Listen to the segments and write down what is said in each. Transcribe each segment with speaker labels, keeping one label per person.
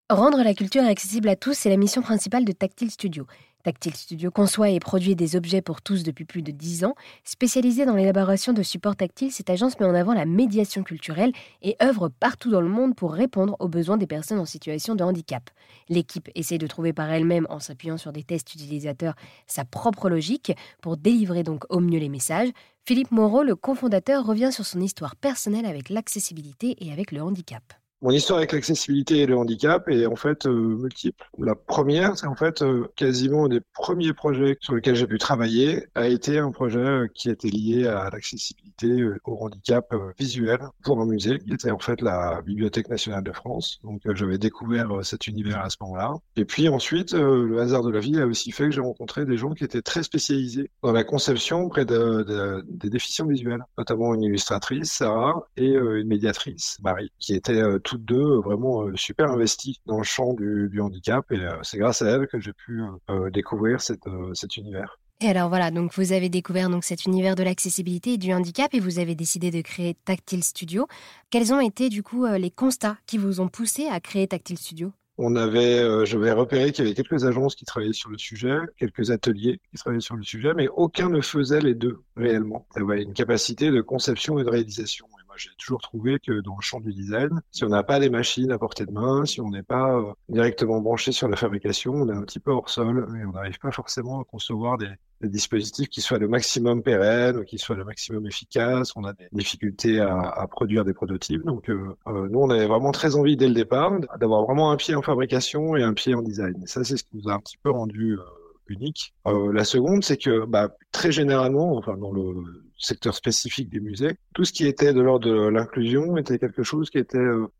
Speaker 1: Rendre la culture accessible à tous, c'est la mission principale de Tactile Studio. Tactile Studio conçoit et produit des objets pour tous depuis plus de 10 ans. Spécialisée dans l'élaboration de supports tactiles, cette agence met en avant la médiation culturelle et œuvre partout dans le monde pour répondre aux besoins des personnes en situation de handicap. L'équipe essaie de trouver par elle-même, en s'appuyant sur des tests utilisateurs, sa propre logique pour délivrer donc au mieux les messages. Philippe Moreau, le cofondateur, revient sur son histoire personnelle avec l'accessibilité et avec le handicap.
Speaker 2: Mon histoire avec l'accessibilité et le handicap est en fait multiple. La première, c'est en fait quasiment un des premiers projets sur lesquels j'ai pu travailler a été un projet qui était lié à l'accessibilité au handicap visuel pour un musée qui était en fait la Bibliothèque nationale de France. Donc j'avais découvert cet univers à ce moment-là. Et puis ensuite, le hasard de la vie a aussi fait que j'ai rencontré des gens qui étaient très spécialisés dans la conception auprès des déficients visuels, notamment une illustratrice, Sarah, et une médiatrice, Marie, qui étaient toutes deux vraiment super investies dans le champ du handicap et c'est grâce à elles que j'ai pu découvrir cet univers.
Speaker 1: Et alors voilà, donc vous avez découvert donc cet univers de l'accessibilité et du handicap et vous avez décidé de créer Tactile Studio. Quels ont été du coup les constats qui vous ont poussé à créer Tactile Studio ?
Speaker 2: J'avais repéré qu'il y avait quelques agences qui travaillaient sur le sujet, quelques ateliers qui travaillaient sur le sujet, mais aucun ne faisait les deux réellement. Il y avait une capacité de conception et de réalisation. Et moi, j'ai toujours trouvé que dans le champ du design, si on n'a pas les machines à portée de main, si on n'est pas directement branché sur la fabrication, on est un petit peu hors sol et on n'arrive pas forcément à concevoir des dispositifs qui soient le maximum pérennes, ou qui soient le maximum efficaces. On a des difficultés à produire des prototypes. Donc, nous, on avait vraiment très envie dès le départ d'avoir vraiment un pied en fabrication et un pied en design. Et ça, c'est ce qui nous a un petit peu rendu unique. La seconde, c'est que très généralement, enfin dans le secteur spécifique des musées, tout ce qui était de l'ordre de l'inclusion était quelque chose qui était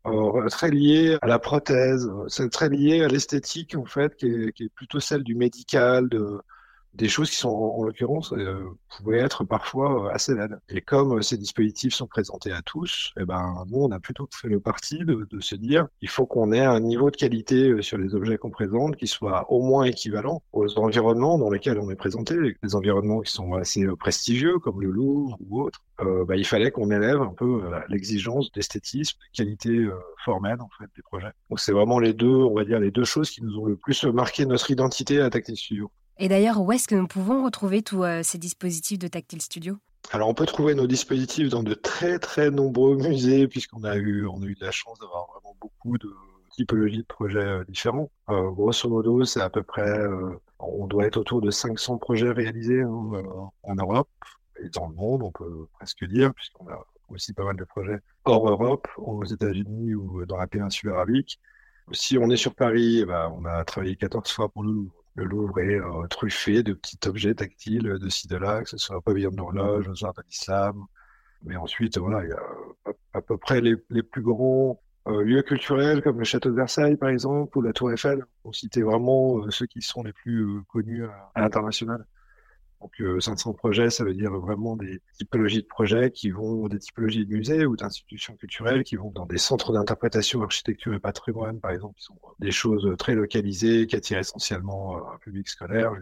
Speaker 2: très lié à la prothèse, c'est très lié à l'esthétique en fait, qui est plutôt celle du médical, des choses qui sont, en l'occurrence, pouvaient être parfois assez laides. Et comme ces dispositifs sont présentés à tous, eh ben, nous, on a plutôt fait le parti de se dire, il faut qu'on ait un niveau de qualité sur les objets qu'on présente qui soit au moins équivalent aux environnements dans lesquels on est présenté, les environnements qui sont assez prestigieux, comme le Louvre ou autres. Il fallait qu'on élève un peu l'exigence d'esthétisme, de qualité formelle, en fait, des projets. Donc, c'est vraiment les deux, on va dire, les deux choses qui nous ont le plus marqué notre identité à Tactile Studio.
Speaker 1: Et d'ailleurs, où est-ce que nous pouvons retrouver tous ces dispositifs de Tactile Studio ?
Speaker 2: Alors, on peut trouver nos dispositifs dans de très, très nombreux musées, puisqu'on a eu de la chance d'avoir vraiment beaucoup de typologies de projets différents. Grosso modo, c'est à peu près, on doit être autour de 500 projets réalisés en Europe et dans le monde, on peut presque dire, puisqu'on a aussi pas mal de projets hors Europe, aux États-Unis ou dans la péninsule arabique. Si on est sur Paris, on a travaillé 14 fois pour le Louvre. Le Louvre est truffé de petits objets tactiles de ci, de là, que ce soit un pavillon d'horloge, un jardin d'islam. Mais ensuite, voilà, il y a à peu près les plus grands lieux culturels comme le château de Versailles, par exemple, ou la Tour Eiffel. On citait vraiment ceux qui sont les plus connus à l'international. Donc, 500 projets, ça veut dire vraiment des typologies de projets qui vont, des typologies de musées ou d'institutions culturelles qui vont dans des centres d'interprétation architecture et patrimoine, par exemple, qui sont des choses très localisées, qui attirent essentiellement un public scolaire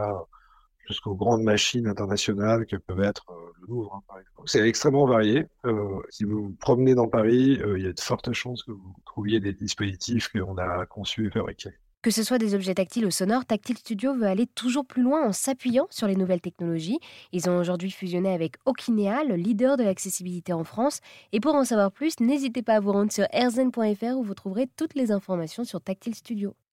Speaker 2: jusqu'aux grandes machines internationales que peuvent être le Louvre, hein, par exemple. Donc, c'est extrêmement varié. Si vous vous promenez dans Paris, il y a de fortes chances que vous trouviez des dispositifs qu'on a conçus et fabriqués.
Speaker 1: Que ce soit des objets tactiles ou sonores, Tactile Studio veut aller toujours plus loin en s'appuyant sur les nouvelles technologies. Ils ont aujourd'hui fusionné avec Okinea, le leader de l'accessibilité en France. Et pour en savoir plus, n'hésitez pas à vous rendre sur erzen.fr où vous trouverez toutes les informations sur Tactile Studio.